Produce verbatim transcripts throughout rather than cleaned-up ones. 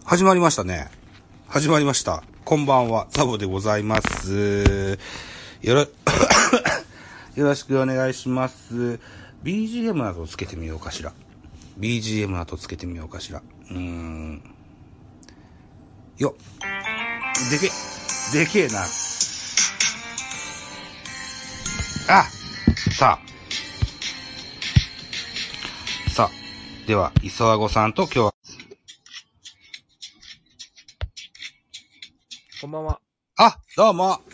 始まりましたね。始まりました。こんばんは、ザボでございます。よろ、よろしくお願いします。ビージーエム などつけてみようかしら。ビージーエム などつけてみようかしら。うーん。よっ。でけ、でけえな。あさあ。さあ。では、磯和子さんと今日は、 こんばんは。 あ、どうも。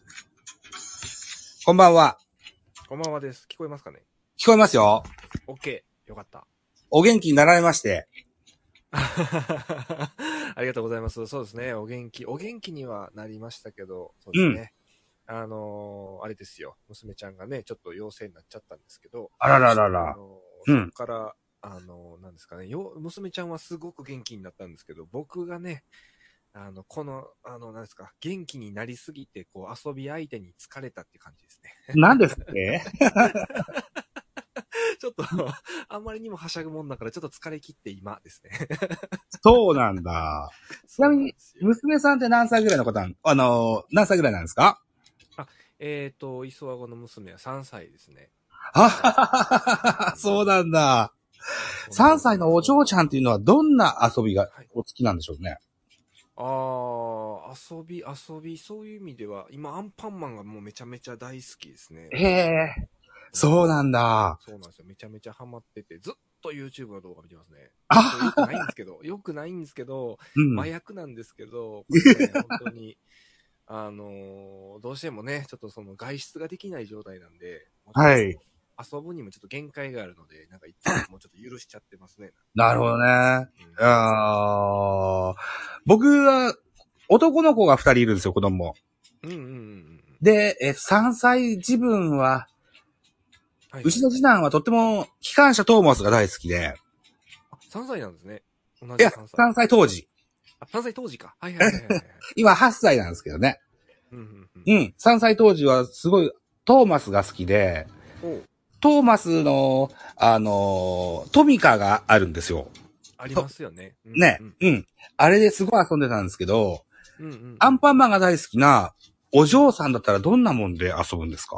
こんばんは。 こんばんはです。聞こえますかね？ 聞こえますよ。 OK。よかった。 お元気になられまして。 ありがとうございます。そうですね。お元気、お元気にはなりましたけど、そうですね。うん、あのー、あれですよ。娘ちゃんがね、ちょっと陽性になっちゃったんですけど、 あらららら。 あのーうん、 そっから、あのー、なんですかね、よ、娘ちゃんはすごく元気になったんですけど、僕がね、あの、この、あの、なんですか、元気になりすぎて、こう、遊び相手に疲れたっていう感じですね。 何ですって？ ちょっと、あんまりにもはしゃぐもんだから、ちょっと疲れ切って今ですね。 そうなんだ。ちなみに、娘さんって何歳ぐらいの方なん、あの、何歳ぐらいなんですか？ あ、えっ、ー、と、磯和子の娘はさんさいですね。 あははは、そうなんだ。さんさいのお嬢ちゃんっていうのはどんな遊びがお好きなんでしょうね。 はい、ああ、遊び、遊び、そういう意味では、今、アンパンマンがもうめちゃめちゃ大好きですね。 へえ、そうなんだ。 そうなんですよ。めちゃめちゃハマってて、ずっと YouTube の動画見てますね。 あよくないんですけど、よくないんですけど、 うん、 麻薬なんですけど、これね、本当に、あのー、どうしてもね、ちょっとその外出ができない状態なんで、 はい。 遊ぶにもちょっと限界があるので、なんかいつももうちょっと許しちゃってますね。 なるほどね。 うん、 あ僕は、男の子がふたりいるんですよ、子供。 うんうんうん。 で、え、さんさい自分は、 はい、 うちの次男はとっても機関車トーマスが大好きで。 あ、さんさいなんですね。同いや、 じさんさい。 さんさい当時。 あ、さんさい当時か。はいはいはいはい、はい。 今はっさいなんですけどね。 うんうんうん。 うん。さんさい当時はすごいトーマスが好きで、トーマスの、あのー、トミカがあるんですよ。 ありますよね。 うん、ね、うん。うん。あれですごい遊んでたんですけど、うんうんうん、アンパンマンが大好きなお嬢さんだったらどんなもんで遊ぶんですか？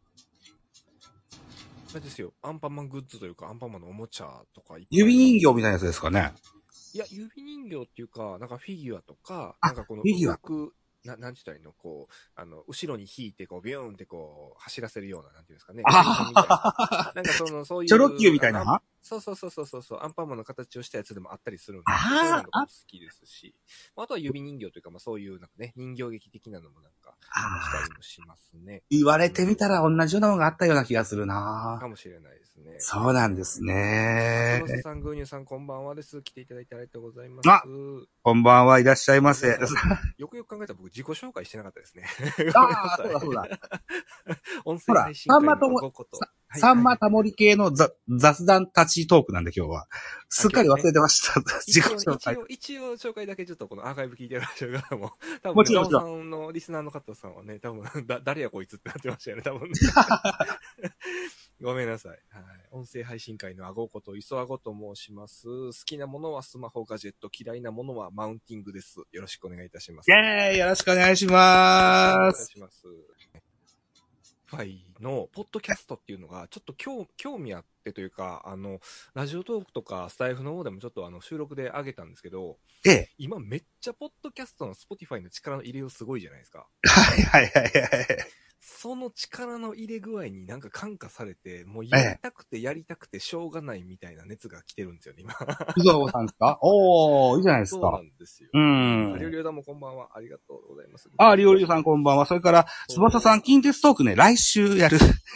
あれですよ。アンパンマングッズというか、アンパンマンのおもちゃとかいっぱい。 指人形みたいなやつですかね？ いや、指人形っていうか、なんかフィギュアとか、なんかこの動く、な、なんて言ったらいいの、こう、あの、後ろに引いて、こう、ビューンってこう、走らせるような、なんていうんですかね。あなんかその、そういう。 チョロ Q みたいな？ そうそうそうそうそう、アンパンマンの形をしたやつでもあったりするんで、そういうのも好きですし、あとは指人形というか、まあそういう、なんかね、人形劇的なのもなんか、したりもしますね。 言われてみたら同じようなのがあったような気がするな。 かもしれないですね。 そうなんですね。 黒瀬さん、グーニューさん、こんばんはです。来ていただいてありがとうございます。 あ、こんばんはいらっしゃいませ。 よくよく考えたら僕自己紹介してなかったですね。 ああ、そうだそうだ。 音声配信会のごこと。 さんまたもり系の雑談立ちトークなんで今日は。すっかり忘れてました。自己紹介。 一応、一応紹介だけちょっとこのアーカイブ聞いてらっしゃる方も、多分、 もちろん。 さんのリスナーの方さんはね、多分、だ、誰やこいつってなってましたよね、多分、ね。ごめんなさい。はい。音声配信会のあごこと磯あごと申します。好きなものはスマホガジェット、嫌いなものはマウンティングです。よろしくお願いいたします。 イェーイ、よろしくお願いします。 よろしくお願いいたします。ファイのポッドキャストっていうのがちょっと興興味あってというか、あのラジオトークとかスタイフの方でもちょっとあの収録で上げたんですけど、ええ、今めっちゃポッドキャストの Spotify の力の入れようすごいじゃないですか。 はいはいはいはい。 その力の入れ具合になんか感化されて、もうやりたくてやりたくてしょうがないみたいな熱が来てるんですよね、今。 伊沢さんですか？おー、いいじゃないですか。 そうなんですよ。 うん。 りょうりょうさんもこんばんは。ありがとうございます。 あ、りょうりょうさんこんばんは。それから、翼さん、近鉄トークね、来週やる。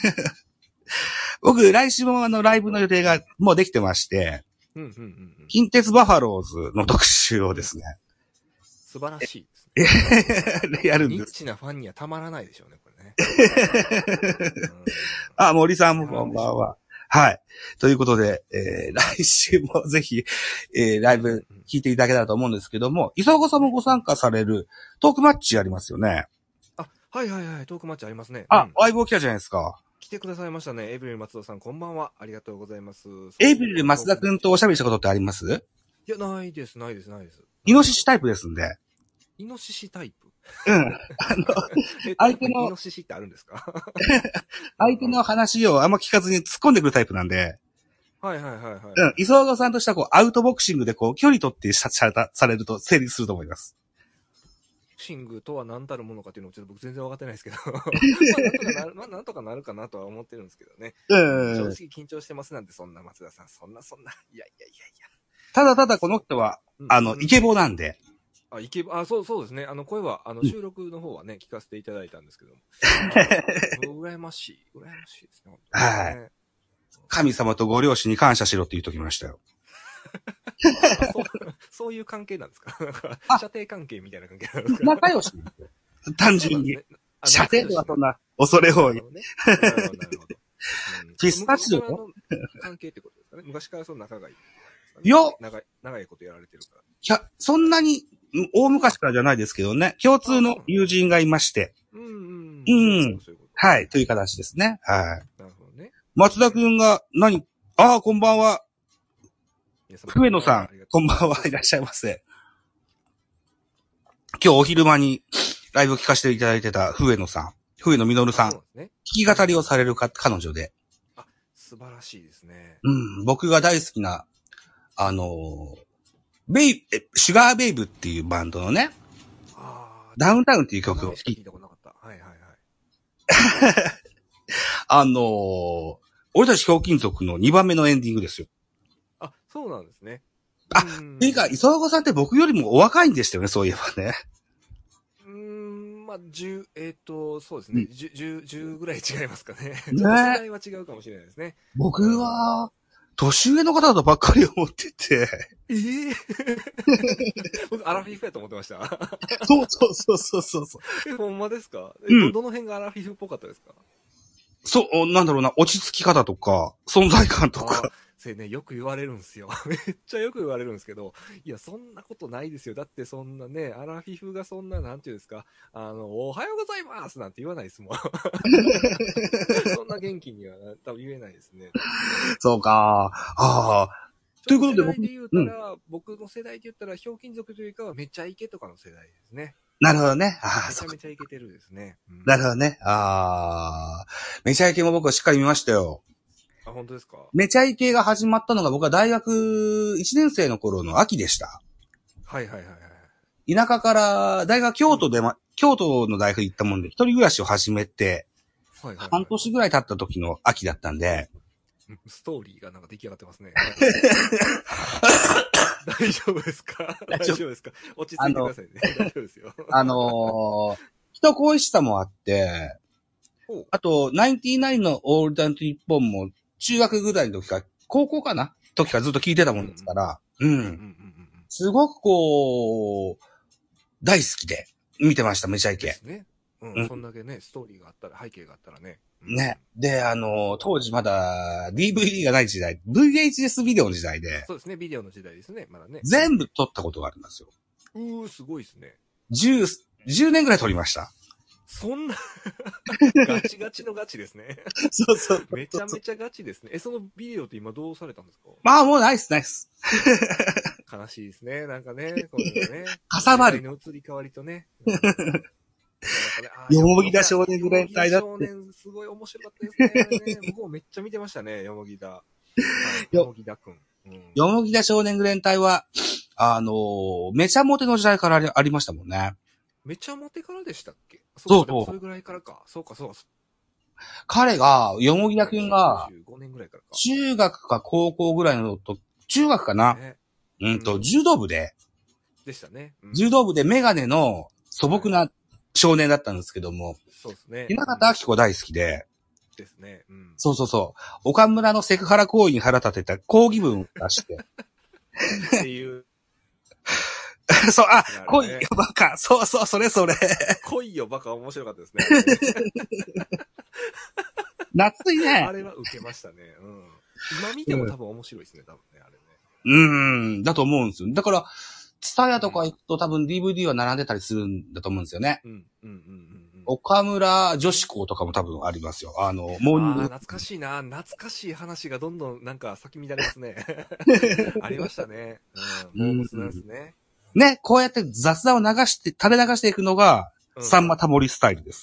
僕、来週もあの、ライブの予定がもうできてまして、うんうんうんうん、近鉄バファローズの特集をですね。 素晴らしいですね。やるんです。 ニッチなファンにはたまらないでしょうね、これね。 あ、森さんもこんばんは。はい。ということで、えー、来週もぜひ、えー、ライブ聞いていただけたらと思うんですけども、磯岡さんもご参加されるトークマッチありますよね。 あ、はいはいはい、トークマッチありますね。 あ、相棒来たじゃないですか。 来てくださいましたね。エイブリル松田さん、こんばんは。ありがとうございます。 エイブリル松田くんとおしゃべりしたことってあります？ いや、ないです、ないです、ないです。 イノシシタイプですんで。 イノシシタイプうん。あの、相手の、 イノシシってあるんですか相手の話をあんま聞かずに突っ込んでくるタイプなんで。 はいはいはいはい。 うん。磯岡さんとしてはこう、アウトボクシングでこう、距離取ってさ、された、されると成立すると思います。 ボクシングとは何たるものかっていうのをちょっと僕全然分かってないですけど。まあ、なんとかなる、まあ、なんとかなるかなとは思ってるんですけどね。うん。正直緊張してますなんて、そんな松田さん、そんなそんな、いやいやいやいや。 ただただこの人は、うん、あの、うん、イケボなんで。 あ、イケボ、あ、そう、そうですね。あの、声は、あの、収録の方はね、うん、聞かせていただいたんですけども。羨ましい。羨ましいですね。ねはい。神様とご両親に感謝しろって言っときましたよ。 そう、そういう関係なんですか？射程関係みたいな関係なんですか？ 仲良し単純に。射程ではそんな恐れ多い。なるほどね。なるほど、なるほど。ピスタチオの関係ってことですかね。昔からその仲がいい、ね。 いや長い、長いことやられてるから。いや、そんなに、大昔からじゃないですけどね。共通の友人がいまして。うんうん。うん。はい。という形ですね。はい。なるほどね。松田くんが何、ああ、こんばんは。笛野さん、こんばんは。いらっしゃいませ。今日お昼間にライブを聞かせていただいてた笛野さん。笛野実さん。ね、弾き語りをされるか、彼女で。 あ、素晴らしいですね。 うん。僕が大好きな、あのー、ベイ、シュガーベイブっていうバンドのね、あダウンタウンっていう曲を聞いたことなかった。はいはいはい。 あのー、俺たちひょうきん族のにばんめのエンディングですよ。 あ、そうなんですね。 あ、ていうか、磯岡さんって僕よりもお若いんでしたよね、そういえばね。 うーん、まあ、十、えっ、ー、と、そうですね。十、十、十ぐらい違いますかね。ね。世代は違うかもしれないですね。 僕は、年上の方だばっかり思ってて。 ええー、僕、アラフィフやと思ってました。 そうそうそうそうそうそう。 え、ほんまですか？え、うん、ど、どの辺がアラフィフっぽかったですか？ そう、なんだろうな、落ち着き方とか、存在感とか。 それね、よく言われるんですよ。めっちゃよく言われるんですけど、いや、そんなことないですよ。だってそんなね、アラフィフがそんな、なんていうんですか、あの、おはようございますなんて言わないですもん。そんな元気には多分言えないですね。 そうか。ああ。 ということで僕、世代で言ったら、うん、僕の世代で言ったら、ひょうきん族というか、めっちゃイケとかの世代ですね。 なるほどね。 ああ、めちゃめちゃイケてるですね。 うん、なるほどね。ああ。めちゃイケも僕はしっかり見ましたよ。 あ、本当ですか？ めちゃイケが始まったのが僕は大学いちねん生の頃の秋でした。 はいはいはいはい。 田舎から、大学京都でま、うん、京都の大学行ったもんで、一人暮らしを始めて、はいはいはい、半年ぐらい経った時の秋だったんで、 ストーリーがなんか出来上がってますね。大丈夫ですか？大丈夫ですか？落ち着いてくださいね。大丈夫ですよ。 あのー、人恋しさもあって、あと、ナインティナインのオールダント日本も中学ぐらいの時か、高校かな時からずっと聞いてたもんですから、うん。うんうん、すごくこう、大好きで見てました、めちゃイケ。 ですね。うん、うん。そんだけね、ストーリーがあったら、背景があったらね。 うん、ね。で、あの、当時まだ ディーブイディー がない時代、ブイエイチエス ビデオの時代で。 そうですね、ビデオの時代ですね、まだね。 全部撮ったことがありますよ。 うー、すごいですね。 十、十年ぐらい撮りました。 そんなガチガチのガチですね。 そうそう。 めちゃめちゃガチですね。え、そのビデオって今どうされたんですか？ まあもうナイスナイス。 悲しいですね。なんかね、こういうのね。 かさばる。 の移り変わりとね。 よもぎだ少年グレン隊だって。 よもぎだ少年すごい面白かったですね。ね僕もめっちゃ見てましたね、よもぎだ。よもぎだくん。 よもぎだ少年グレン隊は、あのー、めちゃモテの時代からありましたもんね。 めちゃモテからでしたっけ？ そうそう。 それぐらいからか。そうか、そうか。 彼が、よもぎだくんが、 じゅうごねんぐらいからか。 中学か高校ぐらいのと、中学かな、ね、うんと、柔道部で。 でしたね。 うん、柔道部でメガネの素朴な少年だったんですけども。 そうですね。 稲形明子大好きで。 ですね。うん、 そうそうそう。岡村のセクハラ行為に腹立てた抗議文を出して。 っていう。 そう、あ、恋よバカ。そうそう、それそれ。 恋よバカ面白かったですね。 夏いね。 あれは受けましたね。うん。今見ても多分面白いですね、多分ね、あれね。 うん、だと思うんですよ。だから、ツタヤとか行くと多分 ディーブイディー は並んでたりするんだと思うんですよね。 うん、うん、うん、うん。 岡村女子校とかも多分ありますよ。あの、もう、 ああ、懐かしいな。懐かしい話がどんどんなんか先乱れますね。ありましたね。うん。モームスなんですね。 ね、こうやって雑談を流して、垂れ流していくのが、うん、さんまタモリスタイルです。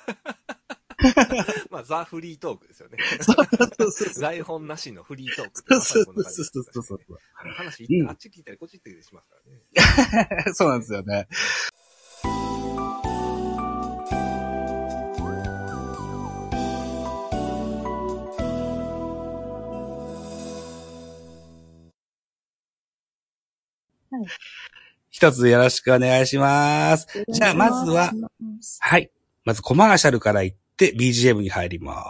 まあ、ザ・フリートークですよね。台本なしのフリートーク。 そうそうそうそう。 話、うん、あっち聞いたりこっち行ったりしますからね。 そうなんですよね。はい、一つよろしくお願いします。じゃあ、まずは、はい。まずコマーシャルから行って ビージーエム に入ります。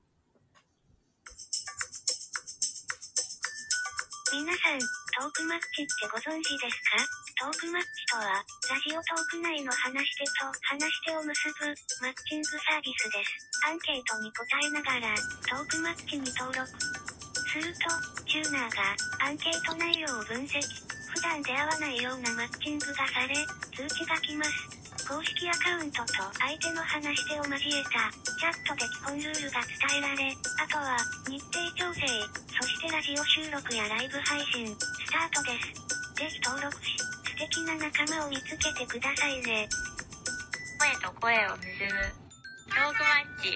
皆さん、トークマッチってご存知ですか？トークマッチとは、ラジオトーク内の話し手と話し手を結ぶマッチングサービスです。アンケートに答えながら、トークマッチに登録すると、チューナーがアンケート内容を分析。普段出会わないようなマッチングがされ、通知が来ます。公式アカウントと相手の話し手を交えたチャットで基本ルールが伝えられ、あとは日程調整、そしてラジオ収録やライブ配信、スタートです。ぜひ登録し、素敵な仲間を見つけてくださいね。 声と声を結ぶトークマッチ。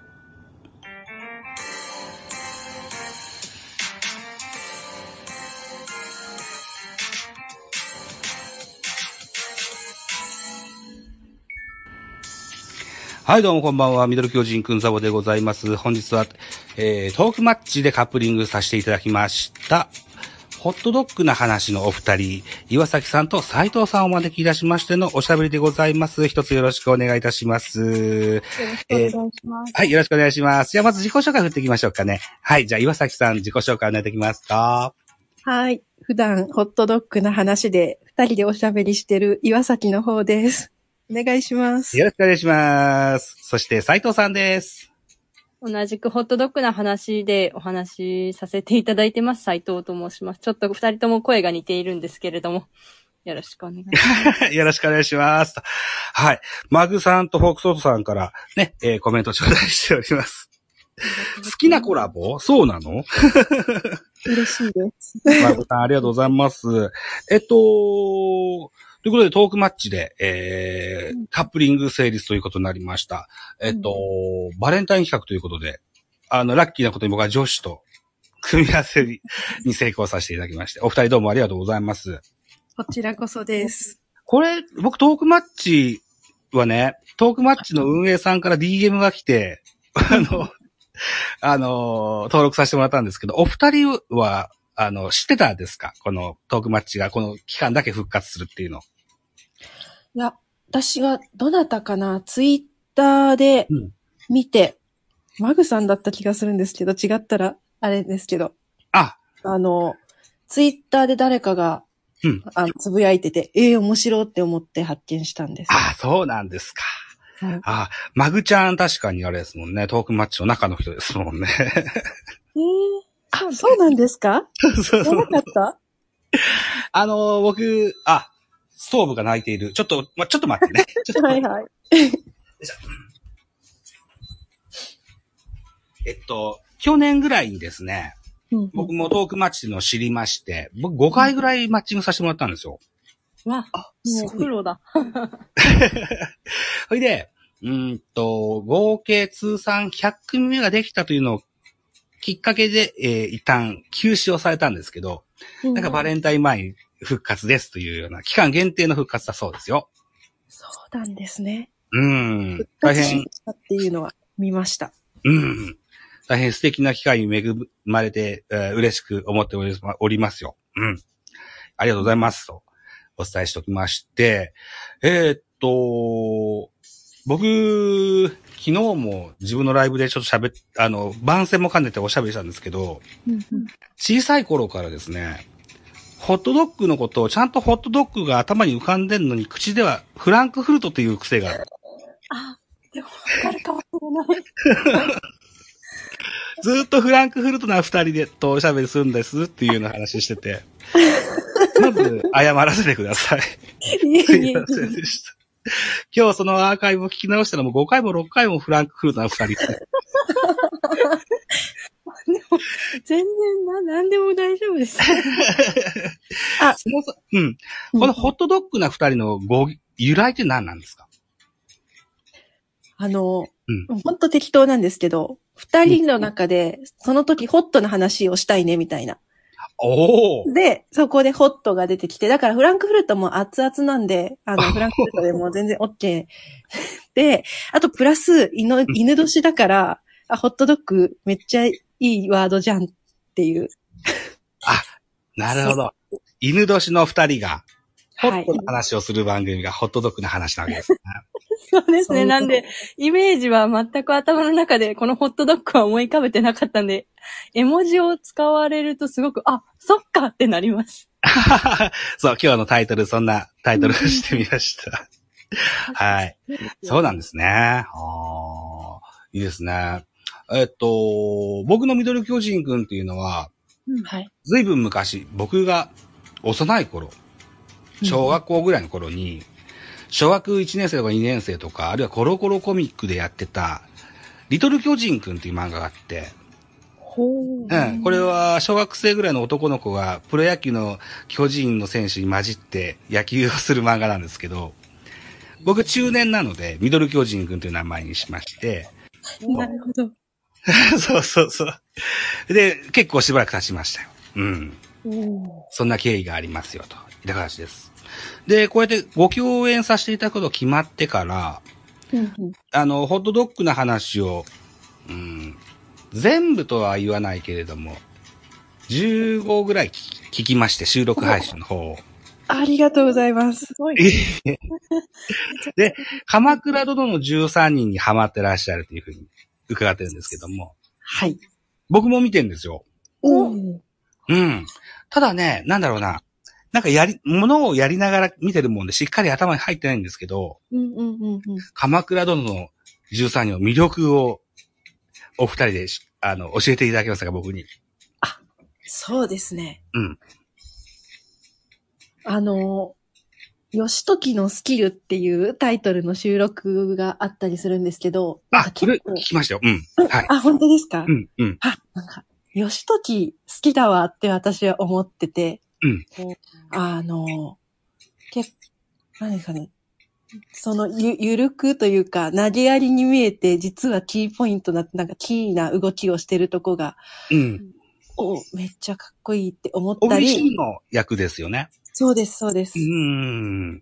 はい、どうもこんばんは。ミドル巨人くんザボでございます。本日は、えー、トークマッチでカップリングさせていただきました。ホットドッグな話のお二人、岩崎さんと斉藤さんをお招きいたしましてのおしゃべりでございます。一つよろしくお願いいたします。よろしくお願いします。 えー、はい、よろしくお願いします。じゃあまず自己紹介振っていきましょうかね。はい、じゃあ岩崎さん自己紹介お願いできますか？ はい、普段ホットドッグな話で二人でおしゃべりしてる岩崎の方です。お願いします。 よろしくお願いします。そして斉藤さんです。 同じくホットドッグな話でお話しさせていただいてます。斉藤と申します。ちょっと二人とも声が似ているんですけれども、よろしくお願いします。 よろしくお願いします。はい。マグさんとフォークソートさんからね、えー、コメント頂戴しております。好きなコラボ？そうなの？ 嬉しいです。 マグさんありがとうございます。えっと、ということでトークマッチで、えーうん、カップリング成立ということになりました。えっと、うん、バレンタイン企画ということで、あの、ラッキーなことに僕は女子と組み合わせに成功させていただきまして、お二人どうもありがとうございます。 こちらこそです。 これ、僕トークマッチはね、トークマッチの運営さんから ディーエム が来て、あの、あの、登録させてもらったんですけど、お二人は、あの、知ってたんですか？このトークマッチがこの期間だけ復活するっていうの。 いや、私がどなたかな、ツイッターで見て、うん、マグさんだった気がするんですけど、違ったらあれですけど。 あ、 あの、ツイッターで誰かが、うん、あのつぶやいてて、ええー、面白いって思って発見したんです。 あ、そうなんですか。はい、あ、マグちゃん確かにあれですもんね。トークマッチの中の人ですもんね。えー、あ、そうなんですか？ そうそうそう。 なかった？ あのー、僕、あ、ストーブが鳴いている。ちょっと、ま、ちょっと待ってね。ちょっとはいはい。 えっと、去年ぐらいにですね、うんうん、僕もトークマッチのを知りまして、僕ごかいぐらいマッチングさせてもらったんですよ。 わ、あ、もうプロだ。 それで、うーんと、合計通算ひゃく組目ができたというのをきっかけで、えー、一旦休止をされたんですけど、うん、なんかバレンタイン前に復活ですというような期間限定の復活だそうですよ。 そうなんですね。 うん。 復活したっていうのは見ました。 うん。大変素敵な機会に恵まれて、えー、嬉しく思っておりますよ。うん。ありがとうございますとお伝えしておきまして、えー、っと、僕、昨日も自分のライブでちょっと喋っ、あの、番宣も兼ねておしゃべりしたんですけど、うんうん、小さい頃からですね、ホットドッグのことをちゃんとホットドッグが頭に浮かんでんのに口ではフランクフルトという癖がある。 あ、でもわかるかもしれない。 ずっとフランクフルトな二人でとおしゃべりするんですっていうような話してて、まず謝らせてください。 いえいえいえ。 すいませんでした。 今日そのアーカイブを聞き直したらもうごかいもろっかいもフランクフルトなふたり。 全然な、なんでも大丈夫です。 あ、その、うん。このホットドッグなふたりのご由来って何なんですか？ あの、うん、ほんと適当なんですけど、二人の中で、その時ホットな話をしたいね、みたいな。 おー。 で、そこでホットが出てきて、だからフランクフルトも熱々なんで、あの、フランクフルトでも全然 OK。で、あとプラス、犬、犬年だから、あ、ホットドッグめっちゃいいワードじゃんっていう。 あ、なるほど。犬年の二人が、ホットな話をする番組がホットドッグの話なわけですね。 そうですね。なんで、イメージは全く頭の中で、このホットドッグは思い浮かべてなかったんで、絵文字を使われるとすごく、あ、そっかってなります。 そう、今日のタイトル、そんなタイトルしてみました。はい。そうなんですね。あいいですね。えっと、僕のミドル巨人くんっていうのは、 うん、はい。 ずいぶん昔、僕が幼い頃、小学校ぐらいの頃に、うん小学いちねん生とかにねん生とか、あるいはコロコロコミックでやってた、リトル巨人くんっていう漫画があって、 ほう。うん。これは小学生ぐらいの男の子がプロ野球の巨人の選手に混じって野球をする漫画なんですけど、僕中年なので、ミドル巨人くんという名前にしまして、 なるほど。 そうそうそう。で、結構しばらく経ちましたよ。うん。そんな経緯がありますよ、と。いった形です。で、こうやってご共演させていただくこと決まってから、 うんうん、 あの、ホットドッグの話を、うん、全部とは言わないけれども、じゅうごぐらい聞きまして、収録配信の方を。 ありがとうございます。 で、鎌倉殿のじゅうさんにんにハマってらっしゃるというふうに伺ってるんですけども。 はい。 僕も見てるんですよ。 うん。 うん。ただね、なんだろうな。なんかやり、ものをやりながら見てるもんでしっかり頭に入ってないんですけど、 うんうんうんうん、 鎌倉殿のじゅうさんにんの魅力をお二人であの教えていただけますか、僕に。 あ、そうですね。 うん。 あの、義時のスキルっていうタイトルの収録があったりするんですけど、 なんか結構聞きましたよ。うん。はい。 あ、本当ですか？ うんうん。 あ、なんか義時好きだわって私は思ってて。 うん。 あの、け、何ですかね。そのゆ、ゆるくというか、投げやりに見えて、実はキーポイントな、なんかキーな動きをしてるとこが、 うん。 お、めっちゃかっこいいって思ったり。 オリシンの役ですよね。 そうです、そうです。 うん。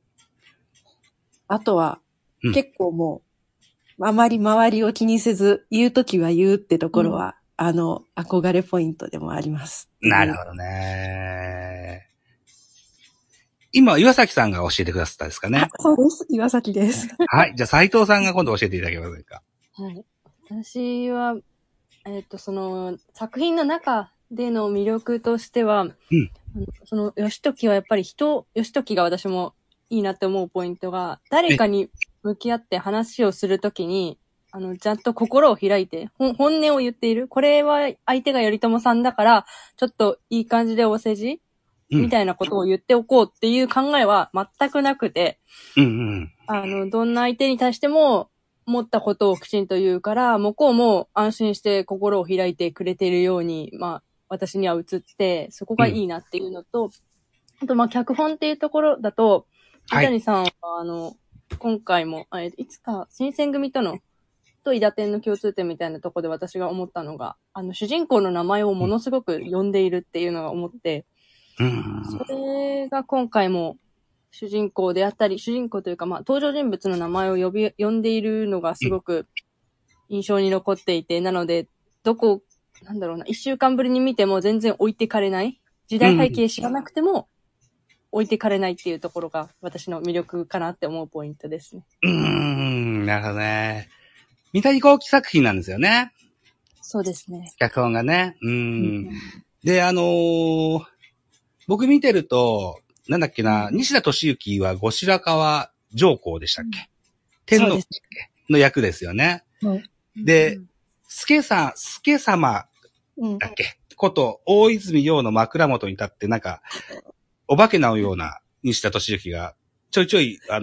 あとは、うん、結構もう、あまり周りを気にせず、言うときは言うってところは、うん、あの、憧れポイントでもあります。 なるほどね。今、岩崎さんが教えてくださったですかね。 そうです。岩崎です。 はい。じゃあ、斉藤さんが今度教えていただけませんか。 はい。私は、えっと、その、作品の中での魅力としては、うん、その、義時はやっぱり人、義時が私もいいなって思うポイントが、誰かに向き合って話をするときに、あの、ちゃんと心を開いて、本音を言っている。これは相手が頼朝さんだから、ちょっといい感じでお世辞みたいなことを言っておこうっていう考えは全くなくて、 うんうん、 あの、どんな相手に対しても、思ったことをきちんと言うから、向こうも安心して心を開いてくれているように、まあ、私には映って、そこがいいなっていうのと、うん、あと、まあ、脚本っていうところだと、伊谷さんは、あの、今回も、いつか、新選組との、と伊田天の共通点みたいなところで私が思ったのが、あの、主人公の名前をものすごく呼んでいるっていうのが思って、 うん、 それが今回も主人公であったり、主人公というか、まあ、登場人物の名前を呼び、呼んでいるのがすごく印象に残っていて、なので、どこ、なんだろうな、一週間ぶりに見ても全然置いてかれない。時代背景知らなくても置いてかれないっていうところが私の魅力かなって思うポイントですね。 うーん、なるほどね。三谷幸喜作品なんですよね。 そうですね。 脚本がね。うーん。うん、で、あのー、僕見てると、なんだっけな、西田敏行は後白河上皇でしたっけ、うん、天皇の役ですよね。 うん、 で、助さん、助様だっけ、うん、こと、大泉洋の枕元に立って、なんか、お化けのような西田敏行が、ちょいちょい、あの、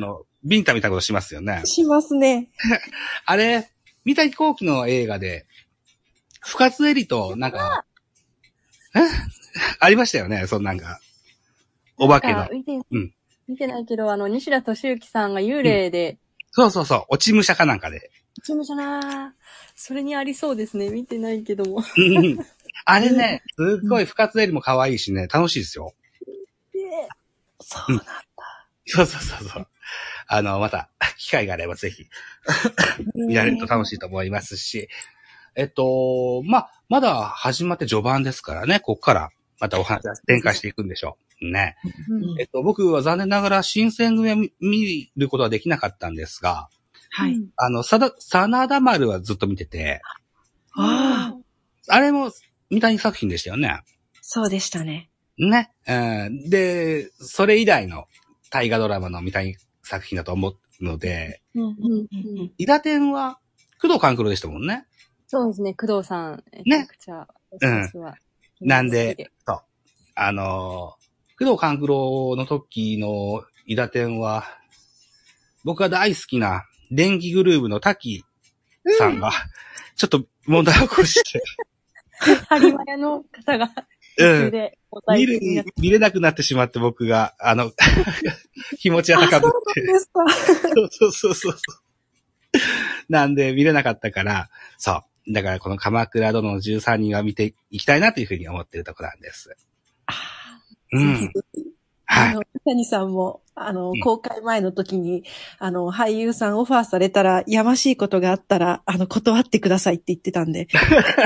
ビンタみたいなことしますよね。 しますね。 あれ、三谷幸喜の映画で、深津絵里と、なんか、えありましたよね、そんなんか。お化けの。 見て、 うん。 見てないけど、あの、西田敏行さんが幽霊で、うん、 そうそうそう、落ち武者かなんかで。 落ち武者なぁ。それにありそうですね。見てないけども。 あれね、すっごい深津絵里も可愛いしね、楽しいですよ。 えー、そうなんだ、うん。 そうそうそうそう。あの、また、機会があればぜひ、見られると楽しいと思いますし、えっと、ま、まだ始まって序盤ですからね、こっからまたお話展開していくんでしょう。ね。うん、えっと、僕は残念ながら新選組は見ることはできなかったんですが、 はい。 あの、さだ、真田丸はずっと見てて、 ああ。 あれも三谷作品でしたよね。 そうでしたね。 ね。うん、で、それ以来の大河ドラマの三谷作品だと思うので、 うんうんうん、 伊田天は工藤官九郎でしたもんね。 そうですね、工藤さん。 ね。 めちゃくちゃ、 うん。なんで、そう。あの、工藤官九郎の時の伊田天は、僕が大好きな電気グルーヴの滝さんが、ちょっと問題を起こして。 ハリマヤの方が、 うん。見る、見れなくなってしまって僕が、あの、気持ちが高ぶって。そうそうそうそう。なんで見れなかったから、そう。だからこの鎌倉殿のじゅうさんにんは見ていきたいなというふうに思っているところなんです。 ああ。うん。 はい。あの、谷さんも、あの、うん、公開前の時に、あの、俳優さんオファーされたら、やましいことがあったら、あの、断ってくださいって言ってたんで。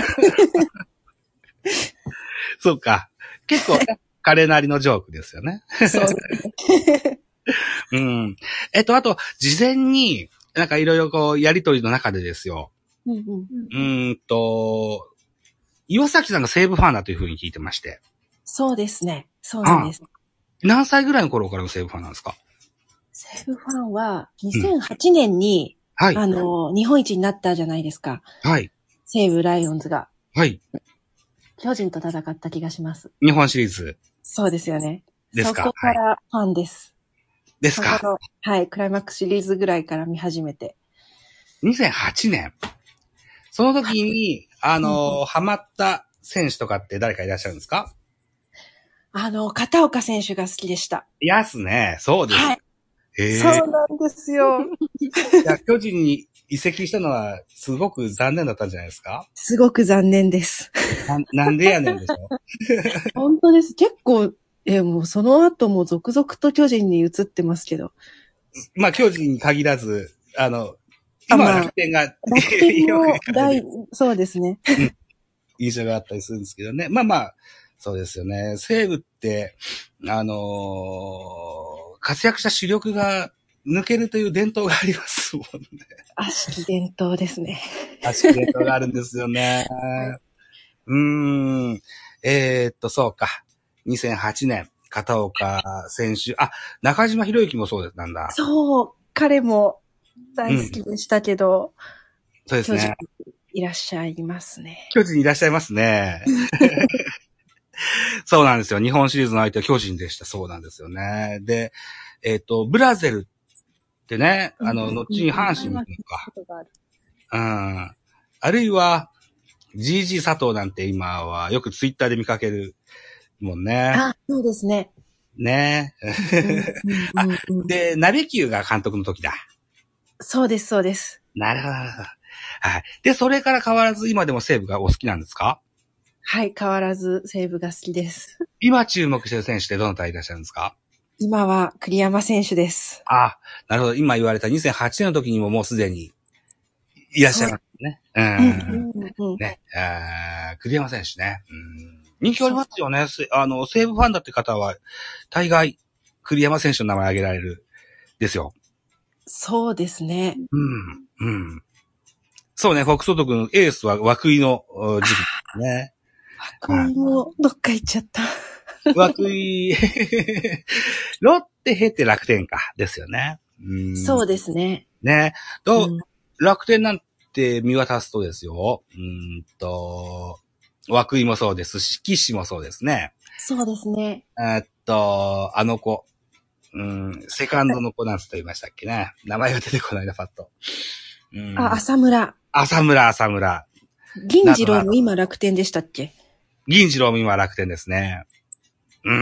そうか。結構、彼なりのジョークですよね。 そうですね。 うん。えっと、あと、事前に、なんかいろいろこう、やりとりの中でですよ。 うんうん、 うーんと、岩崎さんが西武ファンだというふうに聞いてまして。 そうですね。そうなんです。 何歳ぐらいの頃からの西武ファンなんですか？ 西武ファンは、にせんはちねんに、うん、はい、あの、日本一になったじゃないですか。 はい。 西武ライオンズが。 はい。 巨人と戦った気がします。 日本シリーズ。 そうですよね。 ですか。 そこからファンです。 はい、ですか。 はい、クライマックスシリーズぐらいから見始めて。 にせんはちねん。その時に、あの、うん、ハマった選手とかって誰かいらっしゃるんですか？ あの、片岡選手が好きでした。 いやすね。そうです。 はい。 へそうなんですよ。 いや、巨人に移籍したのはすごく残念だったんじゃないですか？ すごく残念です。 な、なんでやねんでしょ本当です。結構、え、もうその後も続々と巨人に移ってますけど。 まあ、巨人に限らず、あの、今は楽天が、 まあ、楽天も大、そうですね、 うん。印象があったりするんですけどね。まあまあ、そうですよね。西武って、あのー、活躍した主力が抜けるという伝統がありますもんね。 悪しき伝統ですね。 悪しき伝統があるんですよね。はい、うーん。えー、っと、そうか。にせんはちねん、片岡選手。あ、中島博之もそうなんだ。 そう、彼も大好きでしたけど。うん、 そうですね。 巨人いらっしゃいますね。 巨人いらっしゃいますね。そうなんですよ。日本シリーズの相手は巨人でした。そうなんですよね。で、えっ、ー、と、ブラゼルってね、あの、後に阪神に行くのか。うん。あるいは、ジージー 佐藤なんて今はよくツイッターで見かけるもんね。 あ、そうですね。 ね。あ、で、鍋久が監督の時だ。 そうです、そうです。 なるほど。はい。で、それから変わらず今でも西武がお好きなんですか？ はい、変わらず西武が好きです。 今注目してる選手ってどなたいらっしゃるんですか？ 今は栗山選手です。 あ、なるほど。今言われたにせんはちねんの時にももうすでにいらっしゃいますね。うん。うんうん、ね、あ、栗山選手ね。うん、人気ありますよね。あの、西武ファンだって方は、大概栗山選手の名前挙げられるですよ。 そうですね。 うん。うん。そうね、フォックストロックのエースは涌井の時期ですね。 涌井もどっか行っちゃった。 涌井、ロッテ経て楽天か、ですよね。 うん、そうですね。 ね。と、うん、楽天なんて見渡すとですよ。うんと、涌井もそうですし、岸もそうですね。 そうですね。 えっと、あの子。 うん、セカンドの子なんつと言いましたっけね。名前が出てこないな、パッと。うん、 あ、浅村。 浅村、浅村。 銀次郎も今楽天でしたっけ？ 銀次郎も今楽天ですね。うん。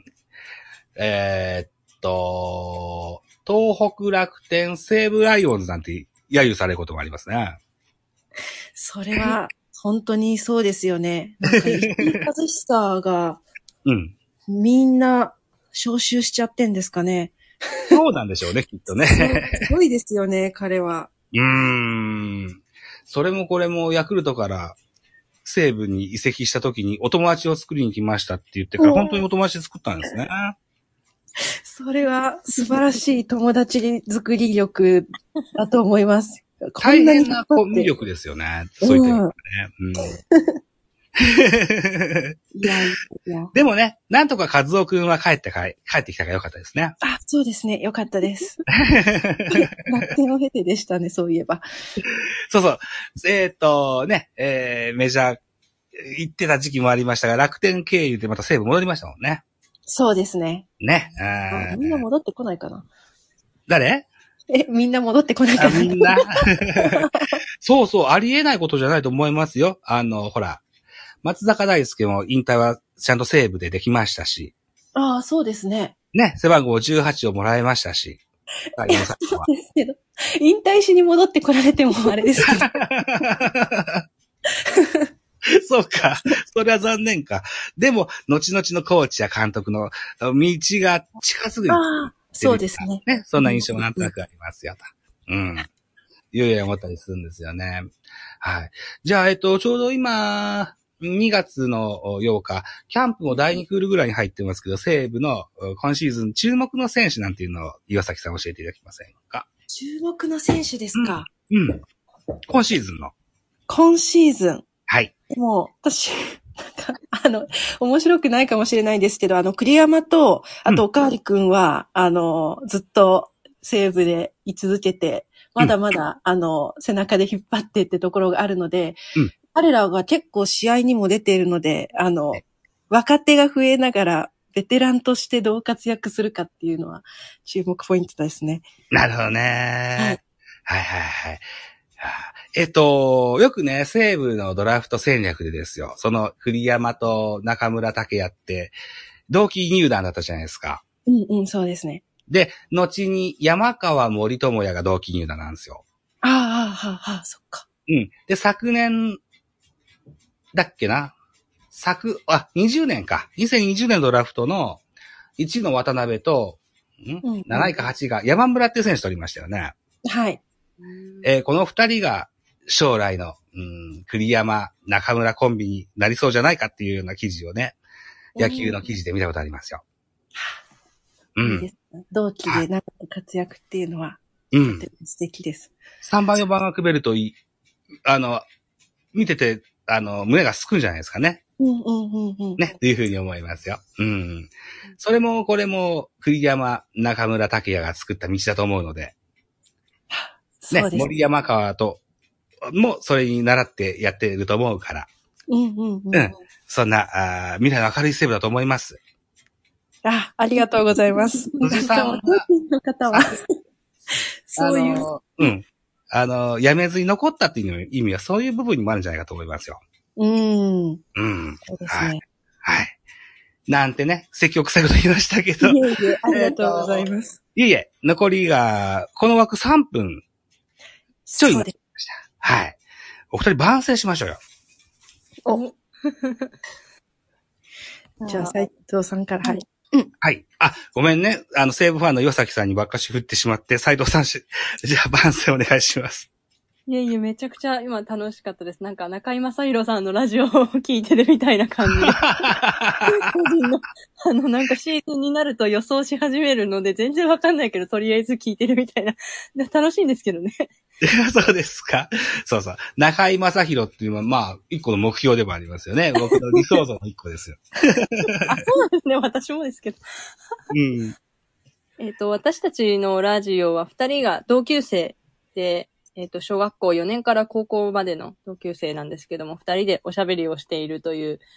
えー、っと、東北楽天、西武ライオンズなんて揶揄されることもありますね。 それは、本当にそうですよね。なんか、石井和久が、 うん。 みんな、招集しちゃってんですかね。 そうなんでしょうね、きっとね。 すごいですよね、彼は。 うーん。それもこれもヤクルトから西武に移籍した時にお友達を作りに来ましたって言ってから本当にお友達作ったんですね。 それは素晴らしい友達作り力だと思います。 大変なコミュ力ですよね。そういった意味でね。うんいやいや。 でもね、なんとか和夫くんは帰ってかい、帰ってきたからよかったですね。 あ、そうですね。よかったです。楽天を経てでしたね、そういえば。 そうそう。えっ、ー、と、ね、えー、メジャー行ってた時期もありましたが、楽天経由でまた西武戻りましたもんね。 そうですね。 ね。 あ、みんな戻ってこないかな。 誰？ え、みんな戻ってこないかな。 みんな。そうそう、ありえないことじゃないと思いますよ。あの、ほら。松坂大輔も引退はちゃんと西武でできましたし。 ああ、そうですね。 ね、背番号じゅうはちをもらいましたし。 そうですけど、引退しに戻ってこられてもあれですけど。 そうか。それは残念か。でも、後々のコーチや監督の道が近すぐに。 ああ、そうですね。 ね。そんな印象もなんとなくありますよと。うん。いよいよ思ったりするんですよね。はい。じゃあ、えっと、ちょうど今、にがつのようか、キャンプもだいにクールぐらいに入ってますけど、西武の今シーズン注目の選手なんていうのを岩崎さん教えていただけませんか？ 注目の選手ですか？ うん。うん、今シーズンの。 今シーズン。 はい。 もう、私、なんか、あの、面白くないかもしれないですけど、あの、栗山と、あと、おかわりくんは、うん、あの、ずっと西武で居続けて、まだまだ、うん、あの、背中で引っ張ってってところがあるので、うん彼らが結構試合にも出ているので、あの、若手が増えながら、ベテランとしてどう活躍するかっていうのは注目ポイントですね。 なるほどね。はい、はいはいはい。えっと、よくね、西武のドラフト戦略でですよ、その栗山と中村剛也って、同期入団だったじゃないですか。 うんうん、そうですね。 で、後に山川森友哉が同期入団なんですよ。 ああ、ああ、はあ、そっか。 うん。で、昨年、だっけな昨、あ、にじゅうねんか。にせんにじゅうねんのドラフトのいちいの渡辺と、ん、うんうん、なないかはちいが山村っていう選手取りましたよね。 はい。 えー、この二人が将来の、うん、栗山、中村コンビになりそうじゃないかっていうような記事をね、野球の記事で見たことありますよ。 うん。いいですね。同期で長く活躍っていうのは、 うん。 とても素敵です。 さんばんよんばんが組めるといい、あの、見てて、あの、胸がすくんじゃないですかね。 うんうんうんうん。 ね、というふうに思いますよ。うん。それも、これも、栗山、中村拓也が作った道だと思うので。ね、そうです。森山川と、も、それに習ってやっていると思うから。 うんうんうん。 うん。そんな、あ未来の明るい西武だと思います。 あ、ありがとうございます。 辻さんは、 の方は、そういう。 うん。あの、辞めずに残ったっていう意味はそういう部分にもあるんじゃないかと思いますよ。 うん。 うん。 そうですね。 はい。はい。なんてね、積極臭いこと言いましたけど。 いえいえ、ありがとうございます。 いえいえ、残りが、この枠さんぷんちょいになりました。はい。お二人番宣しましょうよ。 お。じゃあ、斉藤さんから、はい。 うん。はい。あ、ごめんね。あの、西武ファンの岩崎さんにばっかし振ってしまって、斉藤さんし、じゃあ番宣お願いします。 いえいえ、めちゃくちゃ今楽しかったです。なんか中井正宏さんのラジオを聞いてるみたいな感じで。個人の、あの、なんかシーズンになると予想し始めるので、全然わかんないけど、とりあえず聞いてるみたいな。楽しいんですけどね。 そうですか。そうそう。中井正宏っていうのは、まあ、一個の目標でもありますよね。僕の理想像の一個ですよ。 あ、そうなんですね。私もですけど。 うん。 えっと、私たちのラジオは二人が同級生で、えっと、小学校よねんから高校までの同級生なんですけども、二人でおしゃべりをしているという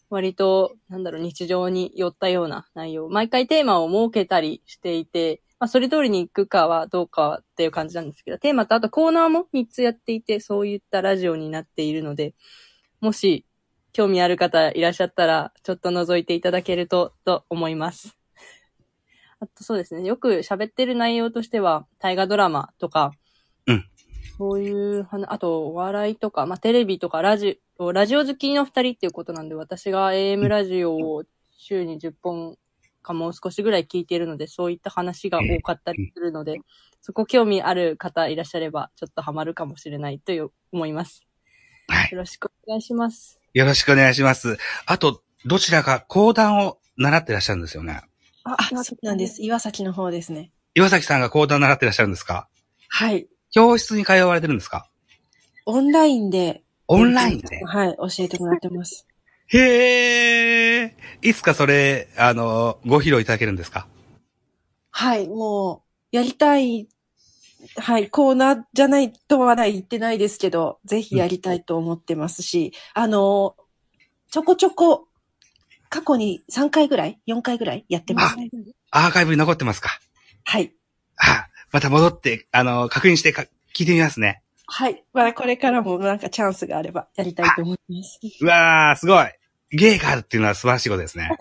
割と、なんだろう、日常に寄ったような内容。毎回テーマを設けたりしていて、まあ、それ通りに行くかはどうかっていう感じなんですけど、テーマとあとコーナーもみっつやっていて、そういったラジオになっているので、もし興味ある方いらっしゃったら、ちょっと覗いていただけると、と思います。あとそうですね、よく喋ってる内容としては、大河ドラマとか、 うん。 そういう話、あと、お笑いとか、まあ、テレビとかラジオ、ラジオ好きの二人っていうことなんで、私が エーエム ラジオを週にじゅっぽんかもう少しぐらい聞いているので、そういった話が多かったりするので、そこ興味ある方いらっしゃれば、ちょっとハマるかもしれないという思います。はい。よろしくお願いします。 よろしくお願いします。あと、どちらか講談を習ってらっしゃるんですよね。 あ、そうなんです。岩崎の方ですね。 岩崎さんが講談習ってらっしゃるんですか？ はい。 教室に通われてるんですか？ オンラインで。 オンラインで？ はい、教えてもらってます。 へー。いつかそれ、あの、ご披露いただけるんですか？ はい、もう、やりたい、はい、コーナーじゃないとは言ってないですけど、ぜひやりたいと思ってますし、うん、あの、ちょこちょこ、過去にさんかいぐらい ?よん 回ぐらいやってます。 あ、アーカイブに残ってますか？ はい。 あ、また戻って、あの、確認してか聞いてみますね。 はい。まあ、これからもなんかチャンスがあればやりたいと思います。 うわー、すごい。芸があるっていうのは素晴らしいことですね。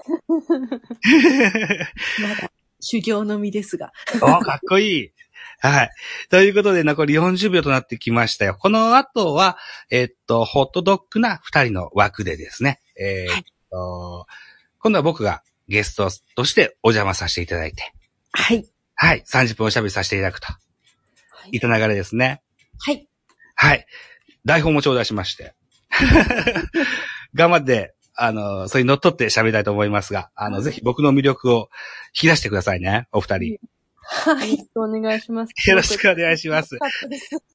まだ修行の身ですが。 お、かっこいい。はい。ということで残りよんじゅうびょうとなってきましたよ。この後は、えっと、ホットドッグなふたりの枠でですね、えー、っと、はい、今度は僕がゲストとしてお邪魔させていただいて。 はい。 はい。さんじゅっぷんおしゃべりさせていただくと。はい。いった流れですね。 はい。 はい。台本も頂戴しまして。頑張って、あの、それに乗っ取って喋りたいと思いますが、あの、ぜひ僕の魅力を引き出してくださいね、お二人。 はい。よろしくお願いします。 よろしくお願いします。